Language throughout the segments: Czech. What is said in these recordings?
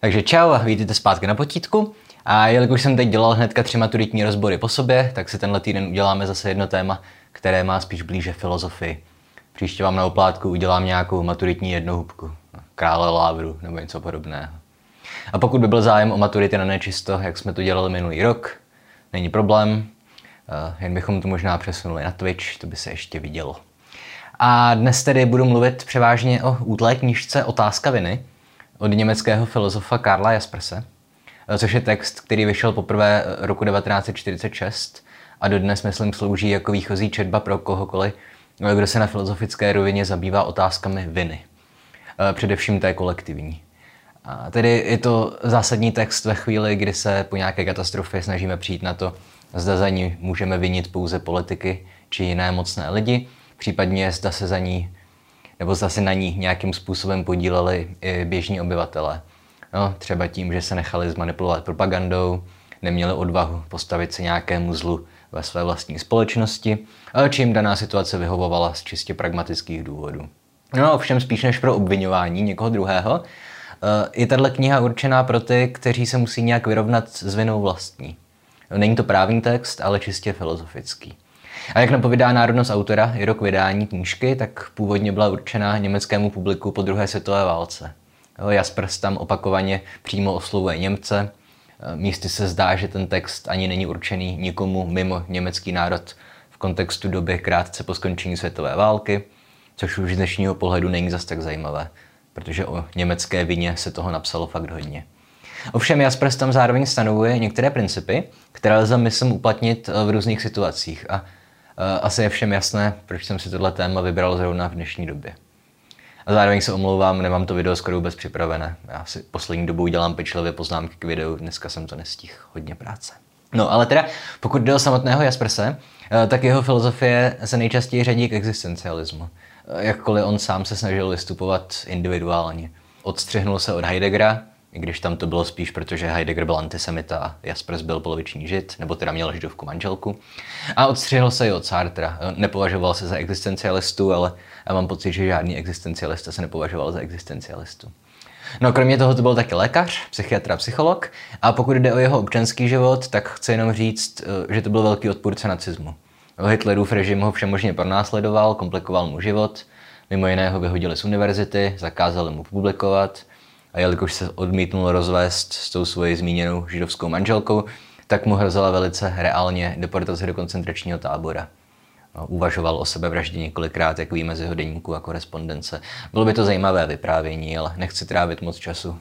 Takže čau a vítejte zpátky na potítku. A jelikož jsem teď dělal hnedka 3 maturitní rozbory po sobě, tak si tenhle týden uděláme zase jedno téma, které má spíš blíže filozofii. Příště vám na oplátku udělám nějakou maturitní jednohubku, Krále Lávru nebo něco podobného. A pokud by byl zájem o maturity na nečisto, jak jsme to dělali minulý rok, není problém, jen bychom to možná přesunuli na Twitch, to by se ještě vidělo. A dnes tedy budu mluvit převážně o útlé knížce Otázka viny od německého filozofa Karla Jasperse, což je text, který vyšel poprvé roku 1946 a dodnes, myslím, slouží jako výchozí četba pro kohokoliv, kdo se na filozofické rovině zabývá otázkami viny. Především té kolektivní. A tedy je to zásadní text ve chvíli, kdy se po nějaké katastrofě snažíme přijít na to, zda za ní můžeme vinit pouze politiky či jiné mocné lidi, případně zda se za ní nebo zda se na ní nějakým způsobem podíleli i běžní obyvatelé. No, třeba tím, že se nechali zmanipulovat propagandou, neměli odvahu postavit se nějakému zlu ve své vlastní společnosti, ale čím daná situace vyhovovala z čistě pragmatických důvodů. No ovšem spíš než pro obviňování někoho druhého, je tato kniha určená pro ty, kteří se musí nějak vyrovnat s vinou vlastní. Není to právní text, ale čistě filozofický. A jak napovídá národnost autora i rok vydání knížky, tak původně byla určena německému publiku po druhé světové válce. Jaspers tam opakovaně přímo oslovuje Němce. Místy se zdá, že ten text ani není určený nikomu mimo německý národ v kontextu doby krátce po skončení světové války, což už z dnešního pohledu není zas tak zajímavé, protože o německé vině se toho napsalo fakt hodně. Ovšem Jaspers tam zároveň stanovuje některé principy, které lze myslím uplatnit v různých situacích a asi je všem jasné, proč jsem si tohle téma vybral zrovna v dnešní době. A zároveň se omlouvám, nemám to video skoro vůbec připravené. Já si poslední dobou dělám pečlivě poznámky k videu, dneska jsem to nestihl, hodně práce. No ale teda, pokud jde o samotného Jasperse, tak jeho filozofie se nejčastěji řadí k existencialismu. Jakkoliv on sám se snažil vystupovat individuálně. Odstřihnul se od Heideggera, i když tam to bylo spíš, protože Heidegger byl antisemita a Jaspers byl poloviční žid, nebo teda měl židovku manželku. A odstřihl se i od Sartra. Nepovažoval se za existencialistu, ale já mám pocit, že žádný existencialista se nepovažoval za existencialistu. No kromě toho to byl taky lékař, psychiatr a psycholog. A pokud jde o jeho občanský život, tak chci jenom říct, že to byl velký odpůrce nacismu. Hitlerův režim ho všemožně pronásledoval, komplikoval mu život, mimo jiného vyhodili z univerzity, zakázali mu publikovat. A jelikož se odmítnul rozvést s tou svojí zmíněnou židovskou manželkou, tak mu hrozila velice reálně deportace do koncentračního tábora. Uvažoval o sebevraždě několikrát, jak víme z jeho deníku a korespondence. Bylo by to zajímavé vyprávění, ale nechci trávit moc času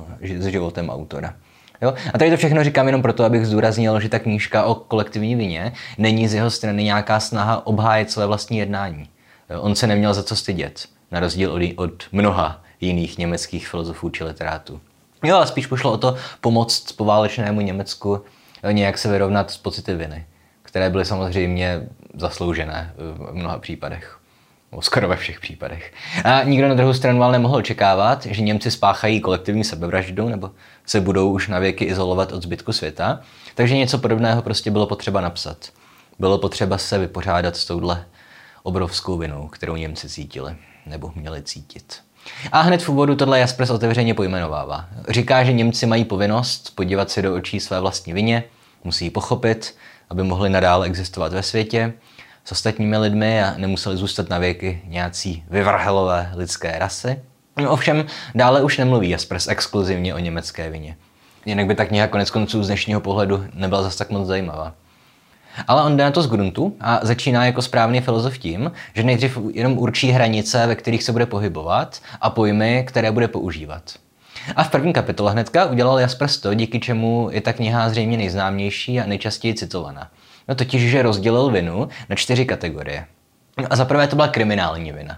s životem autora. Jo? A tady to všechno říkám jenom proto, abych zdůraznil, že ta knížka o kolektivní vině není z jeho strany nějaká snaha obhájit své vlastní jednání. Jo? On se neměl za co stydět, na rozdíl od mnoha jiných německých filozofů či literátů. Jo, a spíš pošlo o to pomoct poválečnému Německu nějak se vyrovnat s pocity viny, které byly samozřejmě zasloužené v mnoha případech. Skoro ve všech případech. A nikdo na druhou stranu ale nemohl očekávat, že Němci spáchají kolektivní sebevraždu nebo se budou už na věky izolovat od zbytku světa, takže něco podobného prostě bylo potřeba napsat. Bylo potřeba se vypořádat s touhle obrovskou vinou, kterou Němci cítili nebo měli cítit. A hned v úvodu tohle Jaspers otevřeně pojmenovává. Říká, že Němci mají povinnost podívat se do očí své vlastní vině, musí ji pochopit, aby mohli nadále existovat ve světě s ostatními lidmi a nemuseli zůstat na věky nějací vyvrhelové lidské rasy. No, ovšem dále už nemluví Jaspers exkluzivně o německé vině. Jinak by ta kniha konec konců z dnešního pohledu nebyla zas tak moc zajímavá. Ale on jde na to z gruntu a začíná jako správný filozof tím, že nejdřív jenom určí hranice, ve kterých se bude pohybovat a pojmy, které bude používat. A v první kapitole hnedka udělal Jaspers to, díky čemu je ta kniha zřejmě nejznámější a nejčastěji citovaná. No totiž, že rozdělil vinu na 4 kategorie. A za prvé to byla kriminální vina.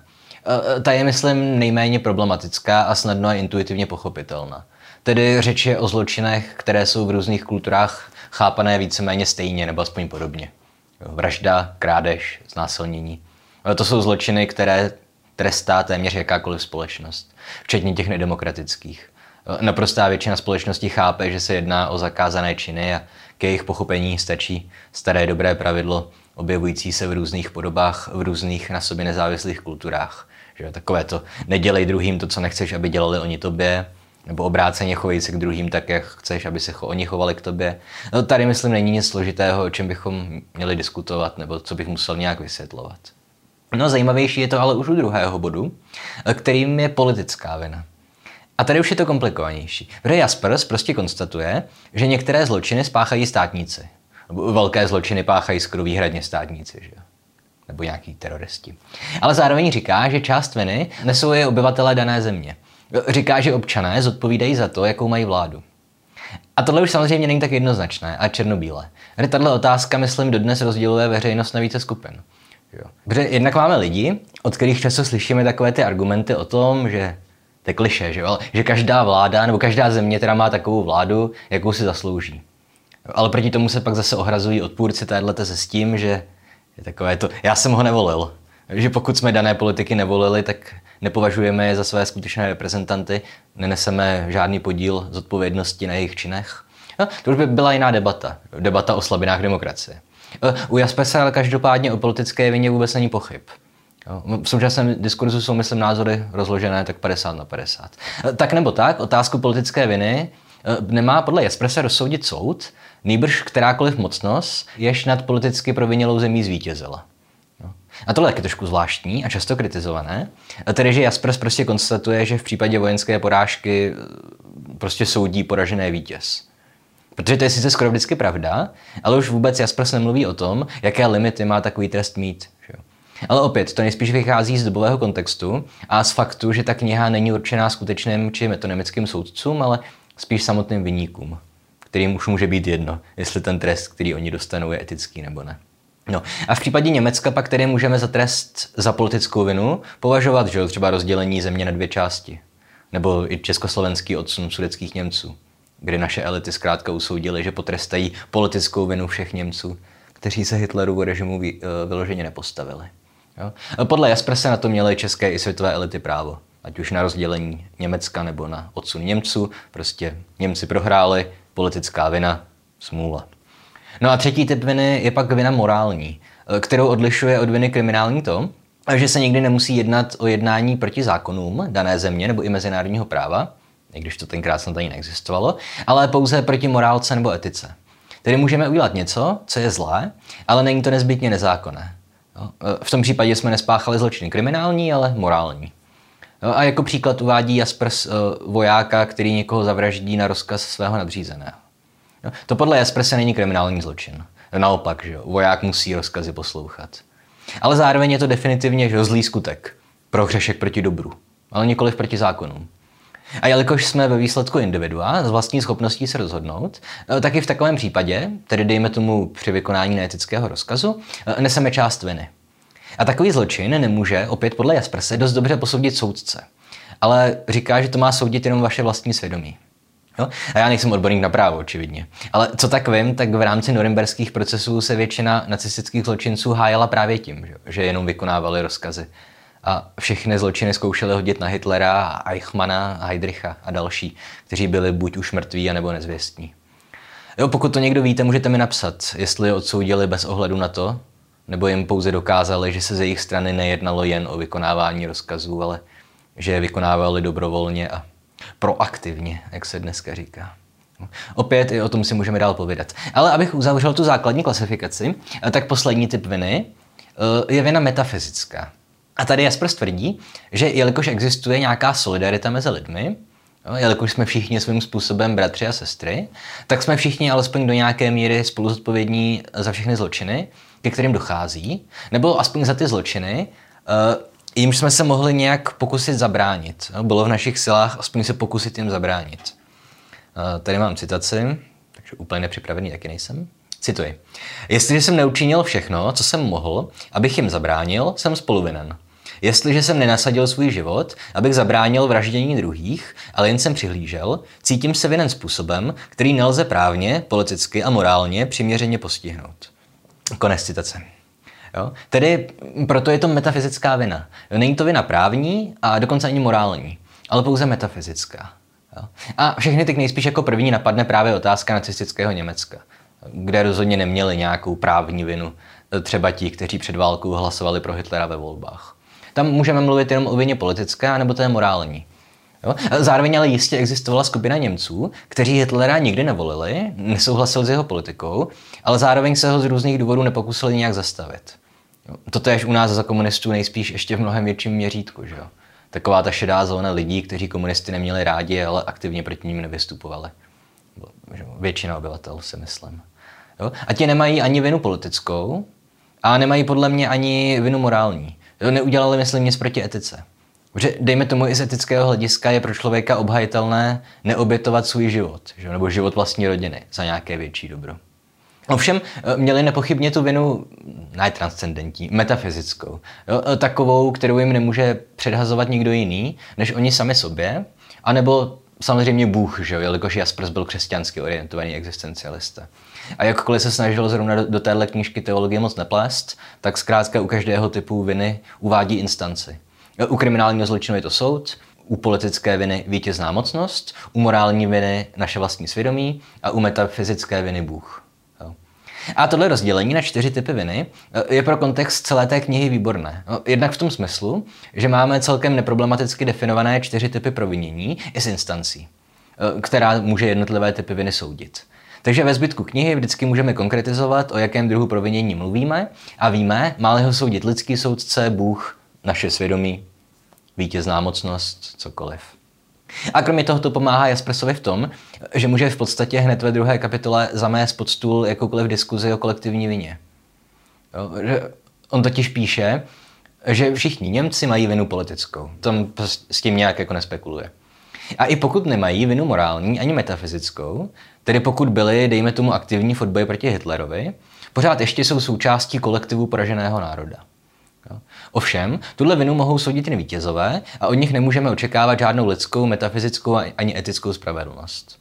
Ta je, myslím, nejméně problematická a snadno a intuitivně pochopitelná. Tedy řeč je o zločinech, které jsou v různých kulturách chápané víceméně stejně, nebo aspoň podobně. Vražda, krádež, znásilnění. To jsou zločiny, které trestá téměř jakákoliv společnost, včetně těch nedemokratických. Naprostá většina společnosti chápe, že se jedná o zakázané činy a k jejich pochopení stačí staré dobré pravidlo, objevující se v různých podobách, v různých na sobě nezávislých kulturách. Že takové to nedělej druhým to, co nechceš, aby dělali oni tobě, Nebo obráceně chovej se k druhým tak, jak chceš, aby se oni chovali k tobě. No, tady, myslím, není nic složitého, o čem bychom měli diskutovat, nebo co bych musel nějak vysvětlovat. No, zajímavější je to ale už u druhého bodu, kterým je politická vina. A tady už je to komplikovanější. Protože Jaspers prostě konstatuje, že některé zločiny spáchají státníci. Nebo velké zločiny páchají skoro výhradně státníci, že? Nebo nějaký teroristi. Ale zároveň říká, že část viny nesou i obyvatelé dané země. Říká, že občané zodpovídají za to, jakou mají vládu. A tohle už samozřejmě není tak jednoznačné a černobílé. Tahle otázka, myslím, dodnes rozděluje veřejnost na více skupin. Jo. Protože jednak máme lidi, od kterých často slyšíme takové ty argumenty o tom, že to je klišé, že každá vláda nebo každá země teda má takovou vládu, jakou si zaslouží. Ale proti tomu se pak zase ohrazují odpůrci téhle teze s tím, že je takové to, já jsem ho nevolil. Že pokud jsme dané politiky nevolili, tak nepovažujeme je za své skutečné reprezentanty, neneseme žádný podíl zodpovědnosti na jejich činech. No, to už by byla jiná debata. Debata o slabinách demokracie. U Jaspersa ale každopádně o politické vině vůbec není pochyb. V současném diskurzu jsou, myslím, názory rozložené tak 50/50. Tak nebo tak, otázku politické viny nemá podle Jaspersa rozsoudit soud, nýbrž kterákoliv mocnost, jež nad politicky provinilou zemí zvítězila. A tohle je trošku zvláštní a často kritizované, tedy že Jaspers prostě konstatuje, že v případě vojenské porážky prostě soudí poražené vítěz. Protože to je sice skoro vždycky pravda, ale už vůbec Jaspers nemluví o tom, jaké limity má takový trest mít. Že? Ale opět, to nejspíš vychází z dobového kontextu a z faktu, že ta kniha není určená skutečným či metonymickým soudcům, ale spíš samotným viníkům, kterým už může být jedno, jestli ten trest, který oni dostanou, je etický nebo ne. No a v případě Německa pak tedy můžeme za trest za politickou vinu považovat, že třeba rozdělení země na dvě části. Nebo i československý odsun sudetských Němců, kdy naše elity zkrátka usoudily, že potrestají politickou vinu všech Němců, kteří se Hitlerovu režimu vyloženě nepostavili. Jo? Podle Jasperse na to měly české i světové elity právo. Ať už na rozdělení Německa nebo na odsun Němců. Prostě Němci prohráli, politická vina, smůla. No a třetí typ viny je pak vina morální, kterou odlišuje od viny kriminální to, že se nikdy nemusí jednat o jednání proti zákonům dané země nebo i mezinárodního práva, i když to tenkrát snad ani neexistovalo, ale pouze proti morálce nebo etice. Tedy můžeme udělat něco, co je zlé, ale není to nezbytně nezákonné. V tom případě jsme nespáchali zločiny kriminální, ale morální. A jako příklad uvádí Jaspers vojáka, který někoho zavraždí na rozkaz svého nadřízeného. To podle Jasperse není kriminální zločin. Naopak, že voják musí rozkazy poslouchat. Ale zároveň je to definitivně zlý skutek. Prohřešek proti dobru, ale nikoliv proti zákonům. A jelikož jsme ve výsledku individua s vlastní schopností se rozhodnout, tak i v takovém případě, tedy dejme tomu při vykonání neetického rozkazu, neseme část viny. A takový zločin nemůže, opět podle Jasperse, dost dobře posoudit soudce. Ale říká, že to má soudit jenom vaše vlastní svědomí. Jo? A já nejsem odborník na právo, očividně. Ale co tak vím, tak v rámci norimberských procesů se většina nacistických zločinců hájala právě tím, že jenom vykonávali rozkazy. A všechny zločiny zkoušeli hodit na Hitlera, Eichmanna, Heydricha a další, kteří byli buď už mrtví, anebo nezvěstní. Jo, pokud to někdo víte, můžete mi napsat, jestli je odsoudili bez ohledu na to, nebo jim pouze dokázali, že se ze jejich strany nejednalo jen o vykonávání rozkazů, ale že je vykonávali dobrovolně a proaktivně, jak se dneska říká. Opět i o tom si můžeme dál povídat. Ale abych uzavřel tu základní klasifikaci, tak poslední typ viny je vina metafyzická. A tady Jaspers tvrdí, že jelikož existuje nějaká solidarita mezi lidmi, jelikož jsme všichni svým způsobem bratři a sestry, tak jsme všichni alespoň do nějaké míry spoluzodpovědní za všechny zločiny, ke kterým dochází, nebo aspoň za ty zločiny, jimž jsme se mohli nějak pokusit zabránit. Bylo v našich silách aspoň se pokusit jim zabránit. Tady mám citaci, takže úplně nepřipravený taky nejsem. Cituji. Jestliže jsem neučinil všechno, co jsem mohl, abych jim zabránil, jsem spoluvinen. Jestliže jsem nenasadil svůj život, abych zabránil vraždění druhých, ale jen jsem přihlížel, cítím se vinen způsobem, který nelze právně, politicky a morálně přiměřeně postihnout. Konec citace. Jo? Tedy proto je to metafyzická vina. Není to vina právní a dokonce ani morální, ale pouze metafyzická. Jo? A všechny teď nejspíš jako první napadne právě otázka nacistického Německa, kde rozhodně neměli nějakou právní vinu, třeba ti, kteří před válkou hlasovali pro Hitlera ve volbách. Tam můžeme mluvit jenom o vině politické, anebo to je morální. Jo? Zároveň ale jistě existovala skupina Němců, kteří Hitlera nikdy nevolili, nesouhlasili s jeho politikou, ale zároveň se ho z různých důvodů nepokusili nějak zastavit. Toto je u nás za komunistů nejspíš ještě v mnohem větším měřítku. Že jo? Taková ta šedá zóna lidí, kteří komunisty neměli rádi, ale aktivně proti ním nevystupovali. Většina obyvatel, si myslím. Jo? A ti nemají ani vinu politickou a nemají podle mě ani vinu morální. Jo? Neudělali, myslím, nic proti etice. Protože dejme tomu i z etického hlediska je pro člověka obhajitelné neobětovat svůj život, že? Nebo život vlastní rodiny za nějaké větší dobro. Ovšem měli nepochybně tu vinu, ne transcendentní, metafyzickou. Jo? Takovou, kterou jim nemůže předhazovat nikdo jiný, než oni sami sobě, anebo samozřejmě Bůh, že jo? Jelikož Jaspers byl křesťansky orientovaný existencialista. A jakkoliv se snažil zrovna do téhle knížky teologie moc neplést, tak zkrátka u každého typu viny uvádí instanci. U kriminálního zločinu je to soud, u politické viny vítězná mocnost, u morální viny naše vlastní svědomí a u metafyzické viny Bůh. A tohle rozdělení na 4 typy viny je pro kontext celé té knihy výborné. Jednak v tom smyslu, že máme celkem neproblematicky definované 4 typy provinění i s instancí, která může jednotlivé typy viny soudit. Takže ve zbytku knihy vždycky můžeme konkretizovat, o jakém druhu provinění mluvíme a víme, má-li ho soudit lidský soudce, Bůh, naše svědomí, vítězná mocnost, cokoliv. A kromě toho to pomáhá Jaspersovi v tom, že může v podstatě hned ve 2. kapitole zamést pod stůl jakoukoliv diskuzi o kolektivní vině. Jo, že on totiž píše, že všichni Němci mají vinu politickou. Tam s tím nějak jako nespekuluje. A i pokud nemají vinu morální ani metafyzickou, tedy pokud byli, dejme tomu, aktivní v odboji proti Hitlerovi, pořád ještě jsou součástí kolektivu poraženého národa. Ovšem, tuhle vinu mohou soudit jen vítězové a od nich nemůžeme očekávat žádnou lidskou, metafyzickou ani etickou spravedlnost.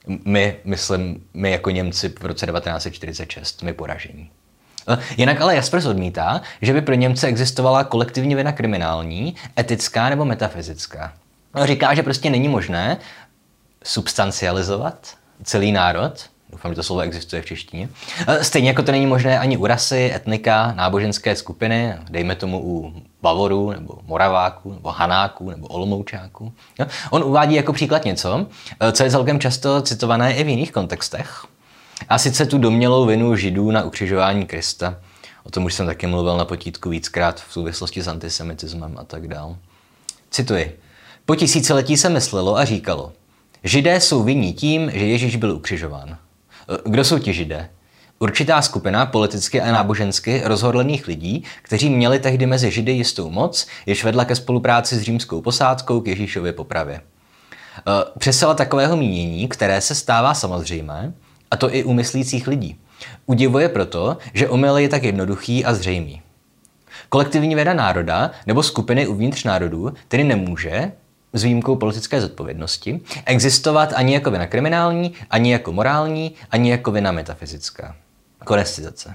My jako Němci v roce 1946, my poražení. Jinak ale Jaspers odmítá, že by pro Němce existovala kolektivní vina kriminální, etická nebo metafyzická. Říká, že prostě není možné substancializovat celý národ, doufám, že to slovo existuje v češtině. Stejně jako to není možné ani u rasy, etnika, náboženské skupiny, dejme tomu u Bavorů, nebo Moraváků, nebo Hanáků, nebo Olomoučáků. On uvádí jako příklad něco, co je celkem často citované i v jiných kontextech. A sice tu domnělou vinu Židů na ukřižování Krista. O tom už jsem taky mluvil na potítku víckrát v souvislosti s antisemitismem a tak dál. Cituji. Po tisíciletí se myslelo a říkalo, Židé jsou vinní tím, že Ježíš byl ukřižován. Kdo jsou ti Židé? Určitá skupina politicky a nábožensky rozhodlených lidí, kteří měli tehdy mezi Židy jistou moc, jež vedla ke spolupráci s římskou posádkou k Ježíšově popravě. Přesila takového mínění, které se stává samozřejmé, a to i u myslících lidí. Udivuje proto, že omyl je tak jednoduchý a zřejmý. Kolektivní vina národa nebo skupiny uvnitř národů tedy nemůže, s výjimkou politické zodpovědnosti, existovat ani jako vina kriminální, ani jako morální, ani jako vina metafyzická. Konec citace.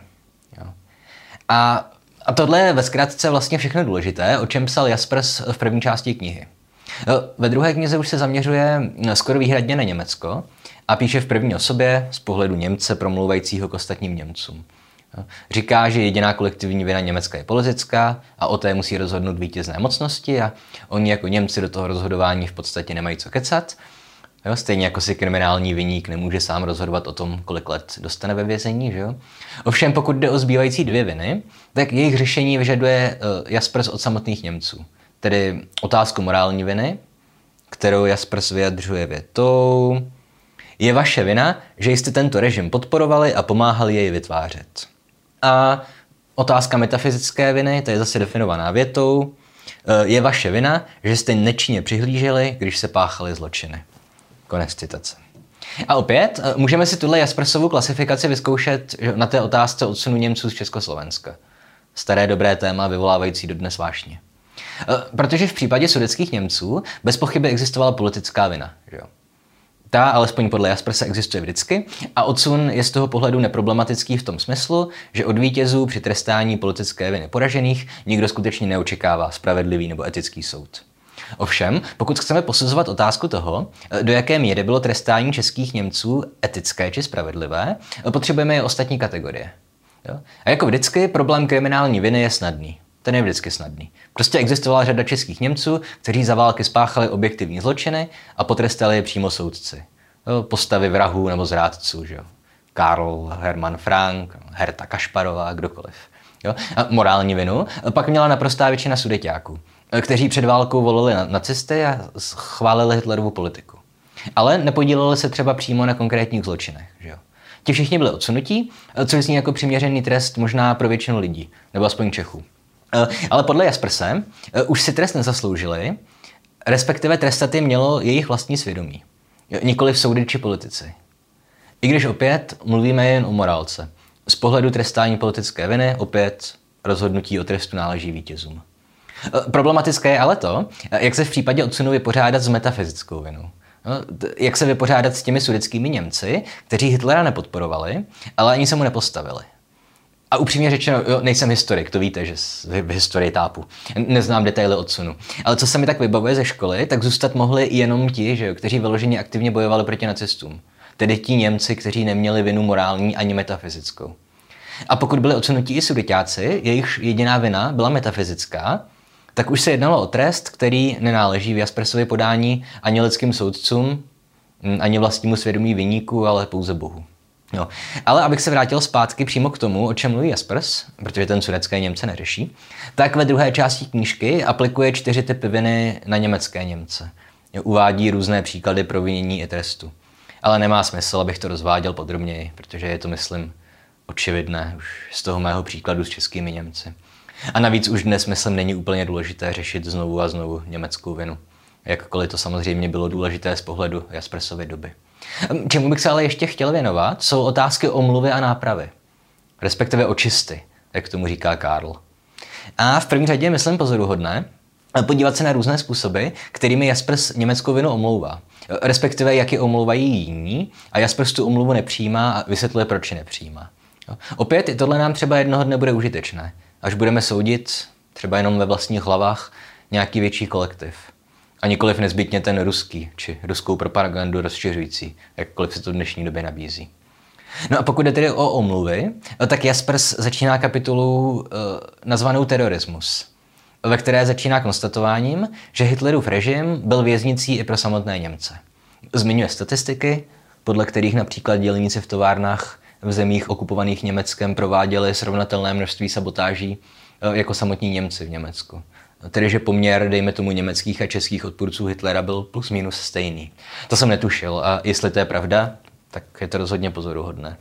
A tohle je ve zkratce vlastně všechno důležité, o čem psal Jaspers v první části knihy. Ve druhé knize už se zaměřuje skoro výhradně na Německo a píše v první osobě z pohledu Němce promlouvajícího k ostatním Němcům. Říká, že jediná kolektivní vina Německa je politická a o té musí rozhodnout vítězné mocnosti a oni jako Němci do toho rozhodování v podstatě nemají co kecat. Stejně jako si kriminální viník nemůže sám rozhodovat o tom, kolik let dostane ve vězení. Že jo? Ovšem pokud jde o zbývající 2 viny, tak jejich řešení vyžaduje Jaspers od samotných Němců. Tedy otázku morální viny, kterou Jaspers vyjadřuje větou: je vaše vina, že jste tento režim podporovali a pomáhali jej vytvářet. A otázka metafyzické viny, to je zase definovaná větou: je vaše vina, že jste nečinně přihlíželi, když se páchaly zločiny. Konec citace. A opět můžeme si tuhle Jaspersovu klasifikaci vyzkoušet na té otázce odsunu Němců z Československa. Staré dobré téma vyvolávající dodnes vášně. Protože v případě sudetských Němců bez pochyby existovala politická vina. Že jo? Ta, alespoň podle Jasperse, existuje vždycky a odsun je z toho pohledu neproblematický v tom smyslu, že od vítězů při trestání politické viny poražených nikdo skutečně neočekává spravedlivý nebo etický soud. Ovšem, pokud chceme posuzovat otázku toho, do jaké míry bylo trestání českých Němců etické či spravedlivé, potřebujeme i ostatní kategorie. Jo? A jako vždycky problém kriminální viny je snadný. To je vždycky snadný. Prostě existovala řada českých Němců, kteří za války spáchali objektivní zločiny a potrestali je přímo soudci. Postavy vrahů nebo zrádců, že jo. Karl Hermann Frank, Herta Kašparová, kdokoliv. Jo? A morální vinu pak měla naprostá většina sudeťáků, kteří před válkou volili nacisty a chválili Hitlerovu politiku. Ale nepodíleli se třeba přímo na konkrétních zločinech. Že jo? Ti všichni byli odsunutí, což zní jako přiměřený trest možná pro většinu lidí, nebo aspoň Čechů. Ale podle Jasperse už si trest nezasloužili, respektive trestat je mělo jejich vlastní svědomí, nikoliv soudy či politici. I když opět mluvíme jen o morálce. Z pohledu trestání politické viny opět rozhodnutí o trestu náleží vítězům. Problematické je ale to, jak se v případě odsunu vypořádat s metafyzickou vinou. Jak se vypořádat s těmi sudetskými Němci, kteří Hitlera nepodporovali, ale ani se mu nepostavili. A upřímně řečeno, nejsem historik, to víte, že v historii tápu. Neznám detaily odsunu. Ale co se mi tak vybavuje ze školy, tak zůstat mohli jenom ti, že, kteří vyloženě aktivně bojovali proti nacistům. Tedy ti Němci, kteří neměli vinu morální ani metafyzickou. A pokud byli odsunutí i sudeťáci, jejichž jediná vina byla metafyzická, tak už se jednalo o trest, který nenáleží v Jaspersově podání ani lidským soudcům, ani vlastnímu svědomí viníku, ale pouze Bohu. Jo. Ale abych se vrátil zpátky přímo k tomu, o čem mluví Jaspers, protože ten sudetské Němce neřeší, tak ve druhé části knížky aplikuje 4 typy viny na německé Němce. Uvádí různé příklady provinění i trestu. Ale nemá smysl, abych to rozváděl podrobněji, protože je to, myslím, očividné už z toho mého příkladu s českými Němci. A navíc už dnes, myslím, není úplně důležité řešit znovu a znovu německou vinu. Jakkoliv to samozřejmě bylo důležité z pohledu Jaspersovy doby. Čemu bych se ale ještě chtěl věnovat, jsou otázky omluvy a nápravy. Respektive očisty, jak tomu říká Karl. A v první řadě, myslím, pozoruhodné podívat se na různé způsoby, kterými Jaspers německou vinu omlouvá. Respektive, jak ji omlouvají jiní a Jaspers tu omluvu nepřijímá a vysvětluje, proč ji nepřijímá. Opět i tohle nám třeba jednoho dne bude užitečné, až budeme soudit, třeba jenom ve vlastních hlavách, nějaký větší kolektiv. A nikoliv nezbytně ten ruský, či ruskou propagandu rozšiřující, jakkoliv se to v dnešní době nabízí. No a pokud jde tedy o omluvy, tak Jaspers začíná kapitolu nazvanou Terorismus, ve které začíná konstatováním, že Hitlerův režim byl věznicí i pro samotné Němce. Zmiňuje statistiky, podle kterých například dělníci v továrnách v zemích okupovaných Německem prováděli srovnatelné množství sabotáží jako samotní Němci v Německu. Tedy, že poměr, dejme tomu, německých a českých odpůrců Hitlera byl plus minus stejný. To jsem netušil a jestli to je pravda, tak je to rozhodně pozoruhodné.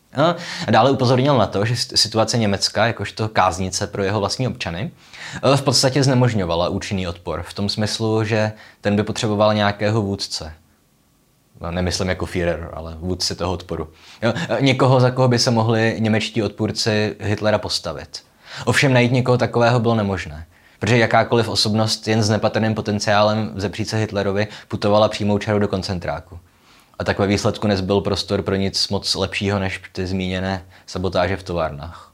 A dále upozornil na to, že situace Německa, jakožto káznice pro jeho vlastní občany, v podstatě znemožňovala účinný odpor. V tom smyslu, že ten by potřeboval nějakého vůdce. Nemyslím jako Führer, ale vůdce toho odporu. Někoho, za koho by se mohli němečtí odpůrci Hitlera postavit. Ovšem najít někoho takového bylo nemožné. Protože jakákoliv osobnost jen s nepatrným potenciálem vzepřít se Hitlerovi putovala přímou čarou do koncentráku. A tak ve výsledku nezbyl prostor pro nic moc lepšího než ty zmíněné sabotáže v továrnách.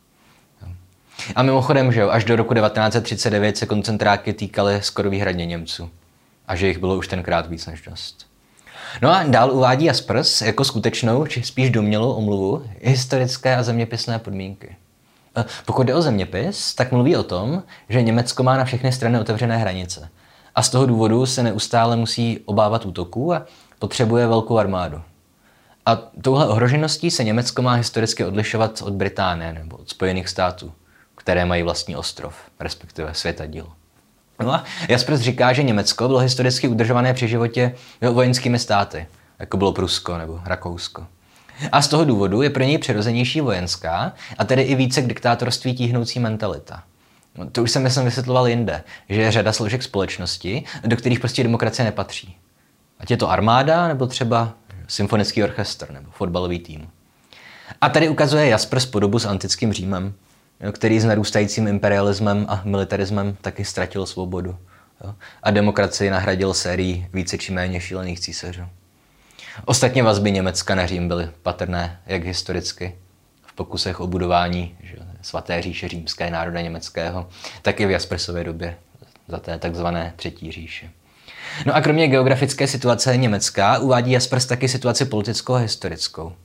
A mimochodem, že až do roku 1939 se koncentráky týkaly skoro výhradně Němců. A že jich bylo už tenkrát víc než dost. No a dál uvádí Jaspers jako skutečnou, či spíš domnělou omluvu historické a zeměpisné podmínky. Pokud jde o zeměpis, tak mluví o tom, že Německo má na všechny strany otevřené hranice. A z toho důvodu se neustále musí obávat útoků a potřebuje velkou armádu. A touhle ohrožeností se Německo má historicky odlišovat od Británie nebo od Spojených států, které mají vlastní ostrov, respektive světadíl. No a Jaspers říká, že Německo bylo historicky udržované při životě vojenskými státy, jako bylo Prusko nebo Rakousko. A z toho důvodu je pro něj přirozenější vojenská a tedy i více k diktátorství tíhnoucí mentalita. No, to už jsem myslím vysvětloval jinde, že je řada složek společnosti, do kterých prostě demokracie nepatří. Ať je to armáda, nebo třeba symfonický orchestr, nebo fotbalový tým. A tady ukazuje Jaspers podobu s antickým Římem, který s narůstajícím imperialismem a militarismem taky ztratil svobodu. A demokracii nahradil sérií více či méně šílených císařů. Ostatně vazby Německa na Řím byly patrné jak historicky v pokusech o budování svaté říše římské národa německého, tak i v Jaspersově době za té takzvané třetí říše. No a kromě geografické situace Německa uvádí Jaspers taky situaci politickou a historickou.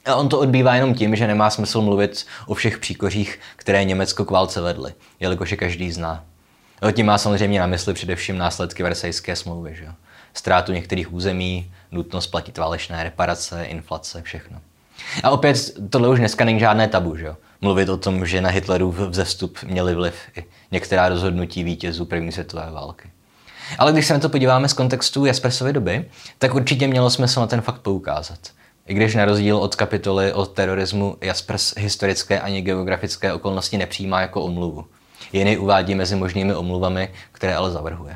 A on to odbývá jenom tím, že nemá smysl mluvit o všech příkořích, které Německo k válce vedly, jelikož je každý zná. Tím má samozřejmě na mysli především následky Versajské smlouvy, že jo? Ztrátu některých území, nutnost platit válečné reparace, inflace, všechno. A opět tohle už dneska není žádné tabu, že jo? Mluvit o tom, že na Hitlerův vzestup měli vliv i některá rozhodnutí vítězů první světové války. Ale když se na to podíváme z kontextu Jaspersovy doby, tak určitě mělo smysl na ten fakt poukázat. I když na rozdíl od kapitoly o terorismu Jaspers historické ani geografické okolnosti nepřijímá jako omluvu. Jen ji uvádí mezi možnými omluvami, které ale zavrhuje.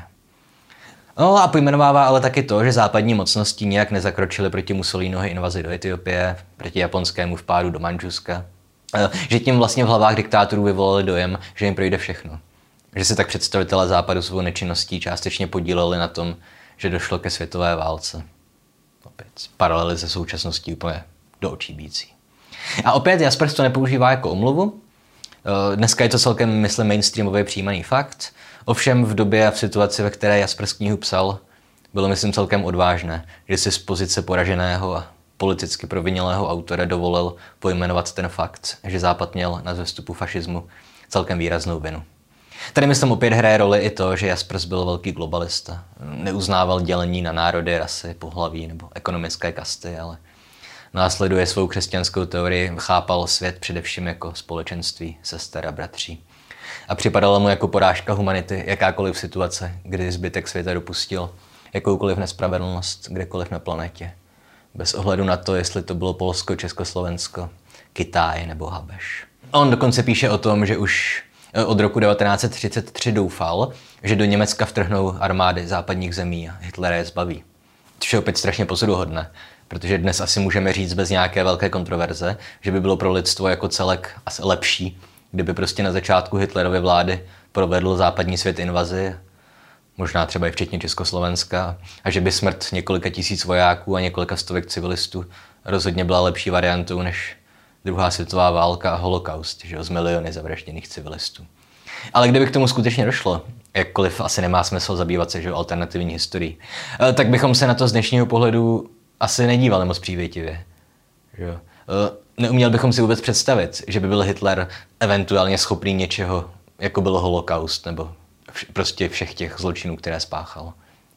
No a pojmenovává ale taky to, že západní mocnosti nijak nezakročily proti Mussoliniho invazi do Etiopie, proti japonskému vpádu do Mandžuska, že tím vlastně v hlavách diktátorů vyvolali dojem, že jim projde všechno. Že si tak představitelé západu svou nečinností částečně podíleli na tom, že došlo ke světové válce. Opět paralely se současností úplně do očí bící. A opět Jaspers to nepoužívá jako omluvu. Dneska je to celkem, myslím, mainstreamově přijímaný fakt. Ovšem v době a v situaci, ve které Jaspers knihu psal, bylo, myslím, celkem odvážné, že si z pozice poraženého a politicky provinilého autora dovolil pojmenovat ten fakt, že Západ měl na vzestupu fašismu celkem výraznou vinu. Tady, myslím, opět hraje roli i to, že Jaspers byl velký globalista. Neuznával dělení na národy, rasy, pohlaví nebo ekonomické kasty, ale následuje svou křesťanskou teorii, chápal svět především jako společenství sester a bratří. A připadalo mu jako porážka humanity jakákoliv situace, kdy zbytek světa dopustil jakoukoliv nespravedlnost kdekoliv na planetě. Bez ohledu na to, jestli to bylo Polsko, Československo, Kytaj nebo Habeš. On dokonce píše o tom, že už od roku 1933 doufal, že do Německa vtrhnou armády západních zemí a Hitlera je zbaví. Což je opět strašně pozoruhodné, protože dnes asi můžeme říct bez nějaké velké kontroverze, že by bylo pro lidstvo jako celek asi lepší, kdyby prostě na začátku Hitlerovy vlády provedl západní svět invazi, možná třeba i včetně Československa, a že by smrt několika tisíc vojáků a několika stovek civilistů rozhodně byla lepší variantou než druhá světová válka a holokaust, že jo, z miliony zavražděných civilistů. Ale kdyby k tomu skutečně došlo, jakkoliv asi nemá smysl zabývat se, že jo, alternativní historií, tak bychom se na to z dnešního pohledu asi nedívali moc přívětivě. Že jo. Neuměl bychom si vůbec představit, že by byl Hitler eventuálně schopný něčeho, jako byl holokaust, nebo prostě všech těch zločinů, které spáchal.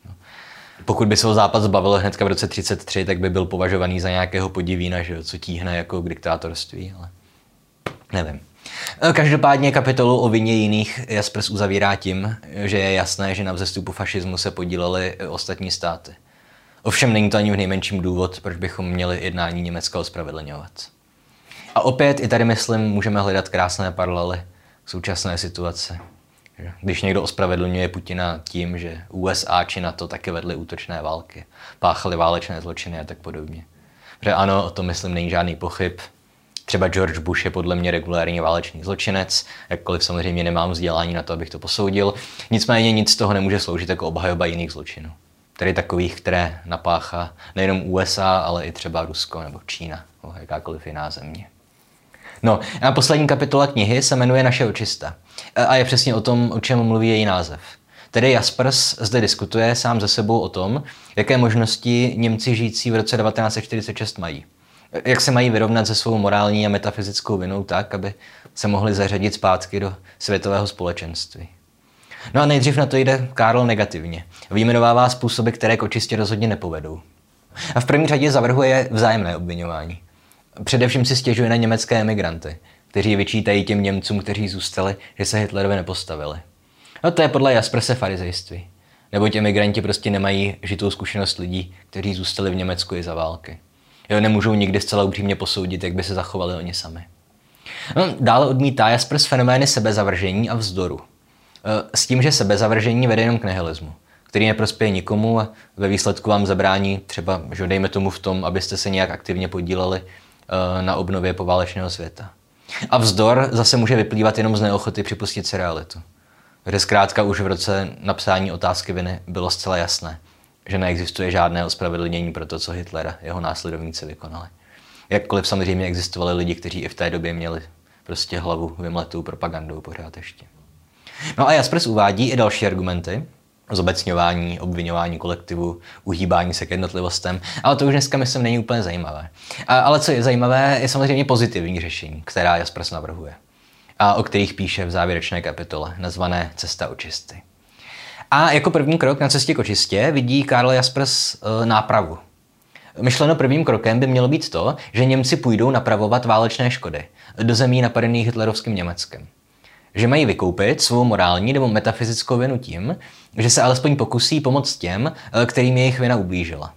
Pokud by se ho Západ zbavil hnedka v roce 1933, tak by byl považovaný za nějakého podivína, že jo, co tíhne jako k diktátorství, ale nevím. Každopádně kapitolu o vině jiných Jaspers uzavírá tím, že je jasné, že na vzestupu fašismu se podílely ostatní státy. Ovšem není to ani v nejmenším důvod, proč bychom měli jednání Německa ospravedlňovat. A opět i tady, myslím, můžeme hledat krásné paralely k současné situaci. Když někdo ospravedlňuje Putina tím, že USA či NATO taky vedly útočné války, páchali válečné zločiny a tak podobně. Protože ano, o tom, myslím, není žádný pochyb. Třeba George Bush je podle mě regulární válečný zločinec, jakkoliv samozřejmě nemám vzdělání na to, abych to posoudil. Nicméně nic z toho nemůže sloužit jako obhajoba jiných zločinů. Tedy takových, které napáchá nejenom USA, ale i třeba Rusko nebo Čína, nebo jakákoliv jiná země. No a poslední kapitola knihy se jmenuje Naše očista. A je přesně o tom, o čem mluví její název. Tedy Jaspers zde diskutuje sám ze sebou o tom, jaké možnosti Němci žijící v roce 1946 mají. Jak se mají vyrovnat se svou morální a metafyzickou vinou tak, aby se mohli zařadit zpátky do světového společenství. No a nejdřív na to jde Karl negativně. Vyjmenovává způsoby, které k očistě rozhodně nepovedou. A v první řadě zavrhuje vzájemné obviňování. Především si stěžuje na německé emigranty, kteří vyčítají těm Němcům, kteří zůstali, že se Hitlerovi nepostavili. No to je podle Jasperse farizejství. Neboť emigranti prostě nemají žitou zkušenost lidí, kteří zůstali v Německu i za války. Jo, nemůžou nikdy zcela upřímně posoudit, jak by se zachovali oni sami. No, dále odmítá Jaspers fenomény sebezavržení a vzdoru. S tím, že sebezavržení vede jenom k nihilismu, který neprospěje nikomu a ve výsledku vám zabrání třeba, že dejme tomu v tom, abyste se nějak aktivně podíleli na obnově poválečného světa. A vzdor zase může vyplývat jenom z neochoty připustit si realitu. Protože zkrátka už v roce napsání otázky viny bylo zcela jasné, že neexistuje žádné ospravedlnění pro to, co Hitlera jeho následovníci vykonali. Jakkoliv samozřejmě existovali lidi, kteří i v té době měli prostě hlavu vymletou propagandou pořád ještě. No a Jaspers uvádí i další argumenty, zobecňování, obviňování kolektivu, uhýbání se k jednotlivostem, ale to už dneska myslím není úplně zajímavé. Ale co je zajímavé, je samozřejmě pozitivní řešení, která Jaspers navrhuje a o kterých píše v závěrečné kapitole, nazvané Cesta očisty. A jako první krok na cestě k očistě vidí Karl Jaspers nápravu. Myšleno prvním krokem by mělo být to, že Němci půjdou napravovat válečné škody do zemí napadených hitlerovským Německem. Že mají vykoupit svou morální nebo metafyzickou vinu tím, že se alespoň pokusí pomoct těm, kterým jejich vina ublížila.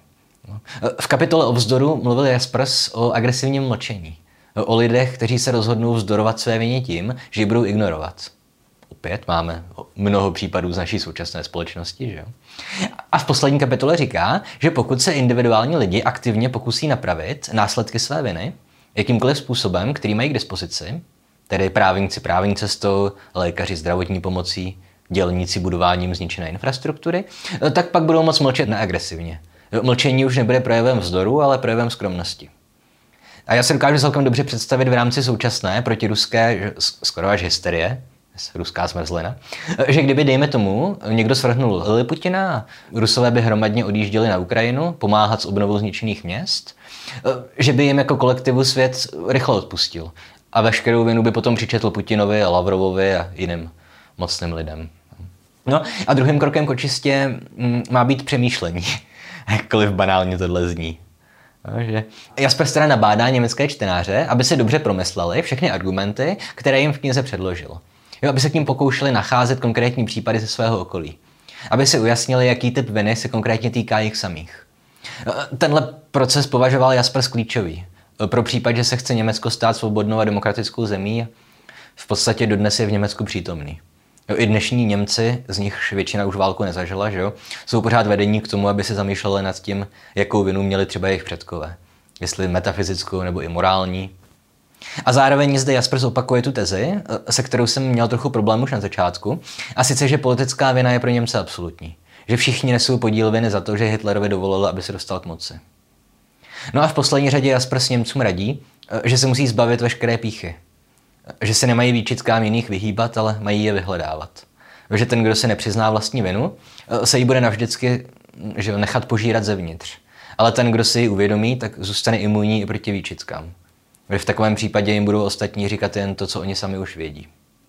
V kapitole o vzdoru mluvil Jaspers o agresivním mlčení. O lidech, kteří se rozhodnou vzdorovat své vině tím, že ji budou ignorovat. Opět máme mnoho případů z naší současné společnosti, že jo? A v poslední kapitole říká, že pokud se individuální lidi aktivně pokusí napravit následky své viny, jakýmkoliv způsobem, který mají k dispozici, tedy právníci právní cestou, lékaři zdravotní pomocí, dělníci budováním zničené infrastruktury, tak pak budou moct mlčet neagresivně. Mlčení už nebude projevem vzdoru, ale projevem skromnosti. A já se dokážu celkem dobře představit v rámci současné protiruské, skoro až hysterie, ruská zmrzlina, že kdyby, dejme tomu, někdo svrhnul Liliputina a Rusové by hromadně odjížděli na Ukrajinu pomáhat s obnovou zničených měst, že by jim jako kolektivu svět rychle odpustil a veškerou vinu by potom přičetl Putinovi a Lavrovovi a jiným mocným lidem. No a druhým krokem k očistě má být přemýšlení, jakkoliv banálně tohle zní. No, Jaspers teda nabádá německé čtenáře, aby si dobře promysleli všechny argumenty, které jim v knize předložil. Jo, aby se k ním pokoušeli nacházet konkrétní případy ze svého okolí. Aby si ujasnili, jaký typ viny se konkrétně týká jich samých. Tenhle proces považoval Jaspers klíčový. Pro případ, že se chce Německo stát svobodnou a demokratickou zemí, v podstatě dodnes je v Německu přítomný. Jo, i dnešní Němci, z nichž většina už válku nezažila, že jo, jsou pořád vedení k tomu, aby se zamýšleli nad tím, jakou vinu měli třeba jejich předkové. Jestli metafyzickou nebo i morální. A zároveň zde Jaspers opakuje tu tezi, se kterou jsem měl trochu problém už na začátku, a sice, že politická vina je pro Němce absolutní. Že všichni nesou podíl viny za to, že Hitlerovi dovolil, aby se dostal k moci. No a v poslední řadě Jaspers Němcům radí, že se musí zbavit veškeré pýchy. Že se nemají výčitkám jiných vyhýbat, ale mají je vyhledávat. Že ten, kdo se nepřizná vlastní vinu, se jí bude navždycky nechat požírat zevnitř. Ale ten, kdo si ji uvědomí, tak zůstane imunní i proti výčitkám. V takovém případě jim budou ostatní říkat jen to, co oni sami už vědí.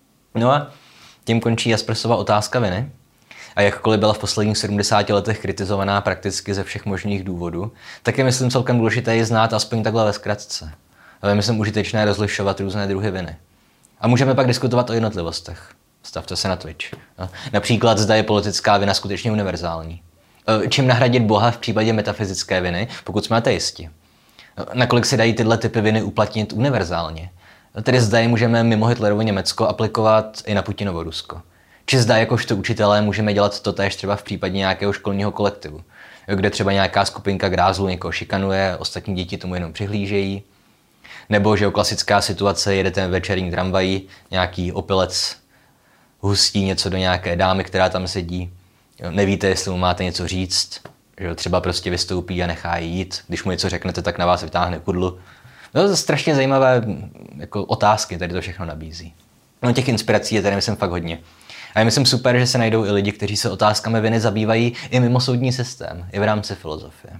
No a tím končí Jaspersova otázka viny. A jakkoliv byla v posledních 70 letech kritizovaná prakticky ze všech možných důvodů, tak je myslím celkem důležité ji znát aspoň takhle ve zkratce. Ale myslím užitečné rozlišovat různé druhy viny. A můžeme pak diskutovat o jednotlivostech. Stavte se na Twitch. Například zda je politická vina skutečně univerzální. Čím nahradit Boha v případě metafyzické viny, pokud jsme ateisti. Nakolik se dají tyhle typy viny uplatnit univerzálně. Tedy zda je můžeme mimo Hitlerovo Německo aplikovat i na Putinovo Rusko. Či zda jakožto učitelé můžeme dělat totéž třeba v případě nějakého školního kolektivu, kde třeba nějaká skupinka grázlů někoho šikanuje, ostatní děti tomu jenom přihlížejí. Nebo že klasická situace, jedete večerní tramvají, nějaký opilec hustí něco do nějaké dámy, která tam sedí. Nevíte, jestli mu máte něco říct, že třeba prostě vystoupí a nechá jí jít. Když mu něco řeknete, tak na vás vytáhne kudlu. No, to jsou strašně zajímavé jako otázky, tady to všechno nabízí. No, těch inspirací je tady myslím fakt hodně. A je myslím super, že se najdou i lidi, kteří se otázkami viny zabývají i mimo soudní systém, i v rámci filozofie.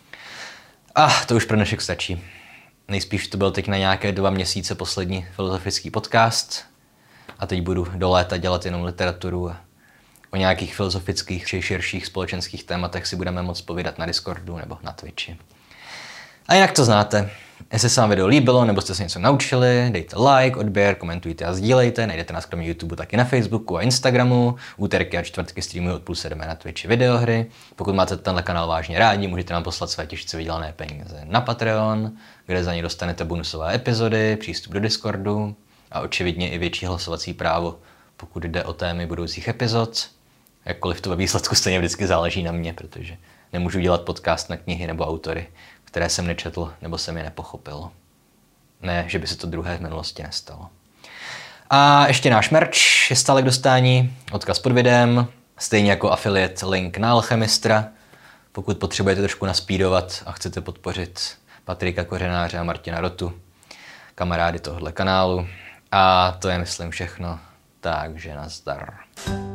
A to už pro dnešek stačí. Nejspíš to byl teď na nějaké 2 měsíce poslední filozofický podcast a teď budu do léta dělat jenom literaturu a o nějakých filozofických či širších společenských tématech si budeme moct povídat na Discordu nebo na Twitchi. A jinak to znáte. Jestli se vám video líbilo nebo jste se něco naučili, dejte like, odběr, komentujte a sdílejte. Najdete nás kromě YouTube taky na Facebooku a Instagramu. Úterky a čtvrtky streamuji od 6:30 na Twitchi videohry. Pokud máte tenhle kanál vážně rádi, můžete nám poslat své těžce vydělané peníze na Patreon, kde za ně dostanete bonusové epizody, přístup do Discordu a očividně i větší hlasovací právo, pokud jde o témy budoucích epizod. Jakkoliv to ve výsledku stejně vždycky záleží na mě, protože nemůžu dělat podcast na knihy nebo autory, které jsem nečetl nebo jsem je nepochopil. Ne, že by se to druhé v minulosti nestalo. A ještě náš merch je stále k dostání, odkaz pod videem, stejně jako affiliate link na Alchemistra, pokud potřebujete trošku naspídovat a chcete podpořit Patrika Kořenáře a Martina Rotu, kamarády tohohle kanálu. A to je myslím všechno, takže nazdar.